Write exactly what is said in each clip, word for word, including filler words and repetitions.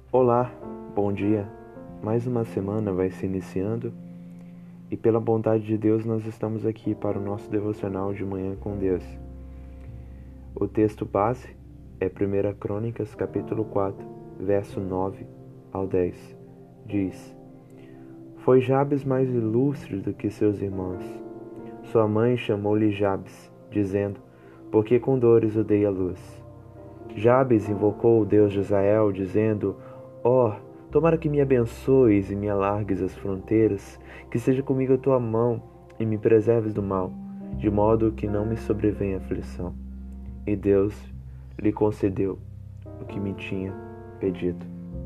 Olá, bom dia. Mais uma semana vai se iniciando e pela bondade de Deus nós estamos aqui para o nosso devocional de manhã com Deus. O texto base é primeira Crônicas, capítulo quatro, verso nove ao dez. Diz: Foi Jabes mais ilustre do que seus irmãos. Sua mãe chamou-lhe Jabes, dizendo: Porque com dores o dei à luz. Jabes invocou o Deus de Israel, dizendo: Ó, oh, tomara que me abençoes e me alargues as fronteiras, que seja comigo a tua mão e me preserves do mal, de modo que não me sobrevenha aflição. E Deus lhe concedeu o que me tinha pedido.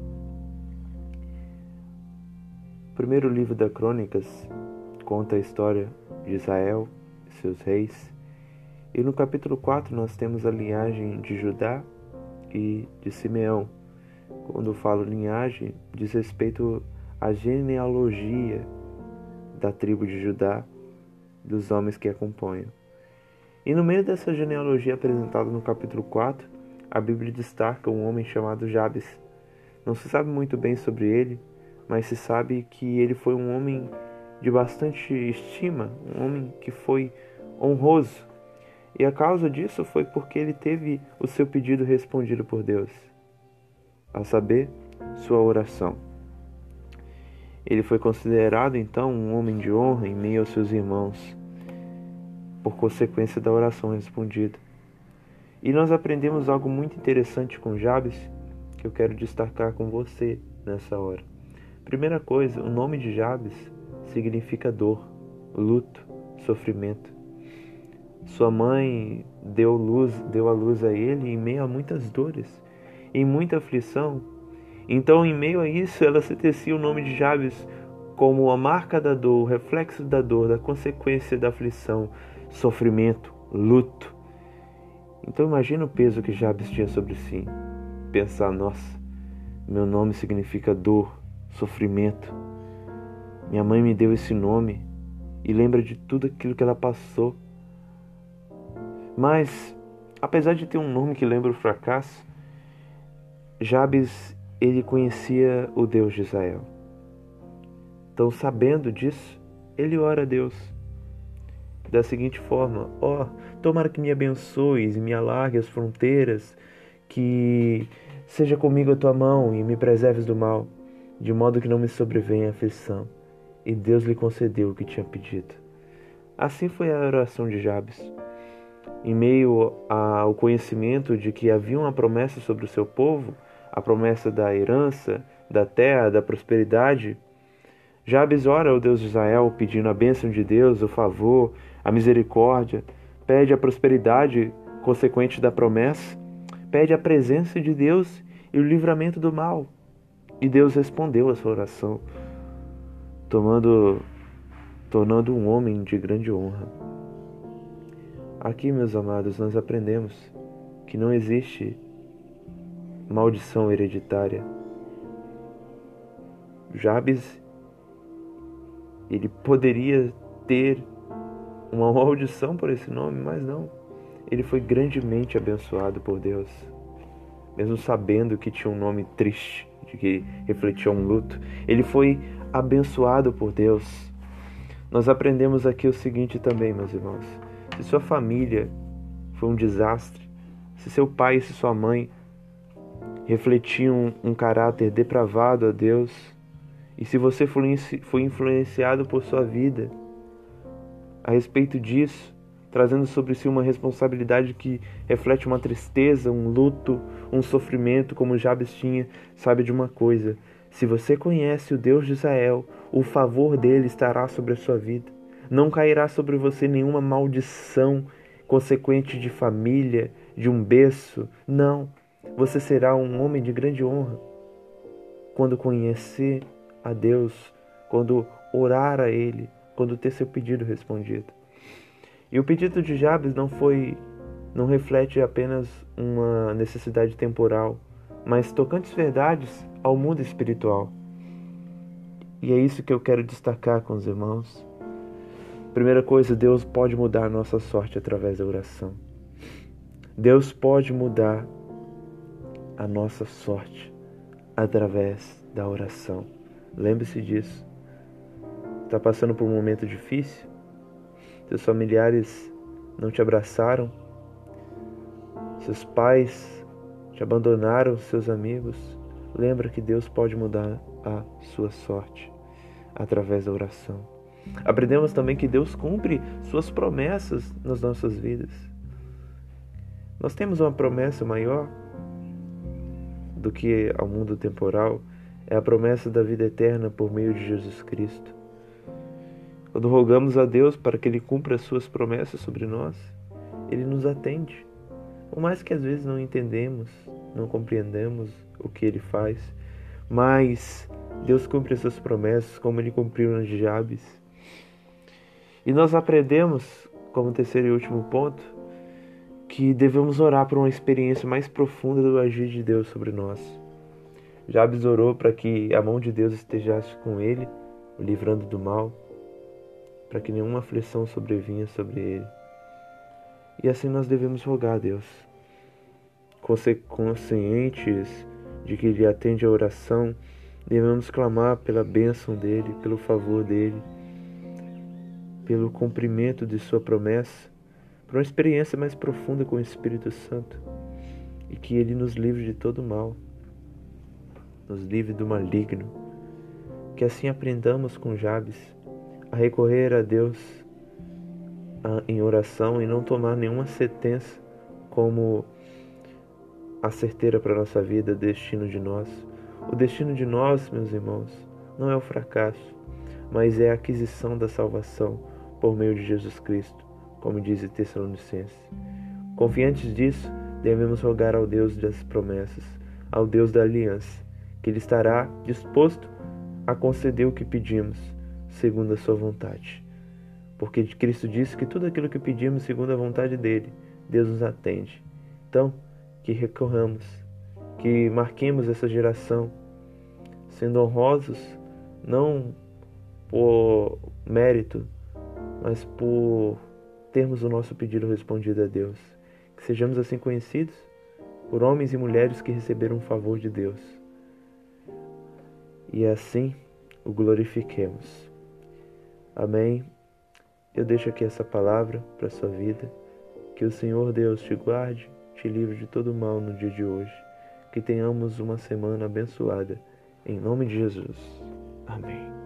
O primeiro livro da Crônicas conta a história de Israel e seus reis. E no capítulo quatro nós temos a linhagem de Judá e de Simeão. Quando falo linhagem, diz respeito à genealogia da tribo de Judá, dos homens que a compõem. E no meio dessa genealogia apresentada no capítulo quatro, a Bíblia destaca um homem chamado Jabes. Não se sabe muito bem sobre ele, mas se sabe que ele foi um homem de bastante estima, um homem que foi honroso. E a causa disso foi porque ele teve o seu pedido respondido por Deus, a saber, sua oração. Ele foi considerado então um homem de honra em meio aos seus irmãos, por consequência da oração respondida. E nós aprendemos algo muito interessante com Jabes, que eu quero destacar com você nessa hora. Primeira coisa, o nome de Jabes significa dor, luto, sofrimento. Sua mãe deu luz, deu a luz a ele em meio a muitas dores, em muita aflição. Então, em meio a isso, ela sentencia o nome de Jabes como a marca da dor, o reflexo da dor, da consequência da aflição, sofrimento, luto. Então, imagina o peso que Jabes tinha sobre si. Pensar, nossa, meu nome significa dor, sofrimento. Minha mãe me deu esse nome e lembra de tudo aquilo que ela passou. Mas, apesar de ter um nome que lembra o fracasso, Jabes, ele conhecia o Deus de Israel. Então, sabendo disso, ele ora a Deus da seguinte forma: ó, oh, tomara que me abençoes e me alargue as fronteiras, que seja comigo a tua mão e me preserves do mal, de modo que não me sobrevenha aflição. E Deus lhe concedeu o que tinha pedido. Assim foi a oração de Jabes. Em meio ao conhecimento de que havia uma promessa sobre o seu povo, a promessa da herança, da terra, da prosperidade, Jabes ora ao Deus de Israel, pedindo a bênção de Deus, o favor, a misericórdia, pede a prosperidade consequente da promessa, pede a presença de Deus e o livramento do mal. E Deus respondeu a sua oração, tomando, tornando um homem de grande honra. Aqui, meus amados, nós aprendemos que não existe maldição hereditária. Jabes, ele poderia ter uma maldição por esse nome, mas não. Ele foi grandemente abençoado por Deus, mesmo sabendo que tinha um nome triste, de que refletia um luto. Ele foi abençoado por Deus. Nós aprendemos aqui o seguinte também, meus irmãos: se sua família foi um desastre, se seu pai e se sua mãe refletiam um caráter depravado a Deus, e se você foi influenciado por sua vida a respeito disso, trazendo sobre si uma responsabilidade que reflete uma tristeza, um luto, um sofrimento, como Jabes tinha, saiba de uma coisa: se você conhece o Deus de Israel, o favor dele estará sobre a sua vida. Não cairá sobre você nenhuma maldição consequente de família, de um berço. Não. Você será um homem de grande honra quando conhecer a Deus, quando orar a Ele, quando ter seu pedido respondido. E o pedido de Jabes não foi, não reflete apenas uma necessidade temporal, mas tocantes verdades ao mundo espiritual. E é isso que eu quero destacar com os irmãos. Primeira coisa, Deus pode mudar a nossa sorte através da oração. Deus pode mudar a nossa sorte através da oração. Lembre-se disso. Está passando por um momento difícil? Seus familiares não te abraçaram? Seus pais te abandonaram, seus amigos? Lembra que Deus pode mudar a sua sorte através da oração. Aprendemos também que Deus cumpre suas promessas nas nossas vidas. Nós temos uma promessa maior do que ao mundo temporal, é a promessa da vida eterna por meio de Jesus Cristo. Quando rogamos a Deus para que Ele cumpra as suas promessas sobre nós, Ele nos atende. Por mais que às vezes não entendemos, não compreendemos o que Ele faz, mas Deus cumpre as suas promessas como Ele cumpriu nas de Jabes. E nós aprendemos, como terceiro e último ponto, que devemos orar por uma experiência mais profunda do agir de Deus sobre nós. Jabes orou para que a mão de Deus estejasse com ele, o livrando do mal, para que nenhuma aflição sobrevinha sobre ele. E assim nós devemos rogar a Deus, conscientes de que Ele atende a oração, devemos clamar pela bênção dEle, pelo favor dEle, pelo cumprimento de Sua promessa, por uma experiência mais profunda com o Espírito Santo, e que Ele nos livre de todo mal, nos livre do maligno, que assim aprendamos com Jabes a recorrer a Deus em oração e não tomar nenhuma sentença como a certeira para a nossa vida, destino de nós. O destino de nós, meus irmãos, não é o fracasso, mas é a aquisição da salvação por meio de Jesus Cristo, como diz em Tessalonicenses. Confiantes disso, devemos rogar ao Deus das promessas, ao Deus da aliança, que Ele estará disposto a conceder o que pedimos, segundo a sua vontade. Porque Cristo disse que tudo aquilo que pedimos segundo a vontade dEle, Deus nos atende. Então, que recorramos, que marquemos essa geração, sendo honrosos, não por mérito, mas por termos o nosso pedido respondido a Deus. Que sejamos assim conhecidos por homens e mulheres que receberam o favor de Deus. E assim o glorifiquemos. Amém. Eu deixo aqui essa palavra para a sua vida. Que o Senhor Deus te guarde, te livre de todo mal no dia de hoje. Que tenhamos uma semana abençoada. Em nome de Jesus. Amém.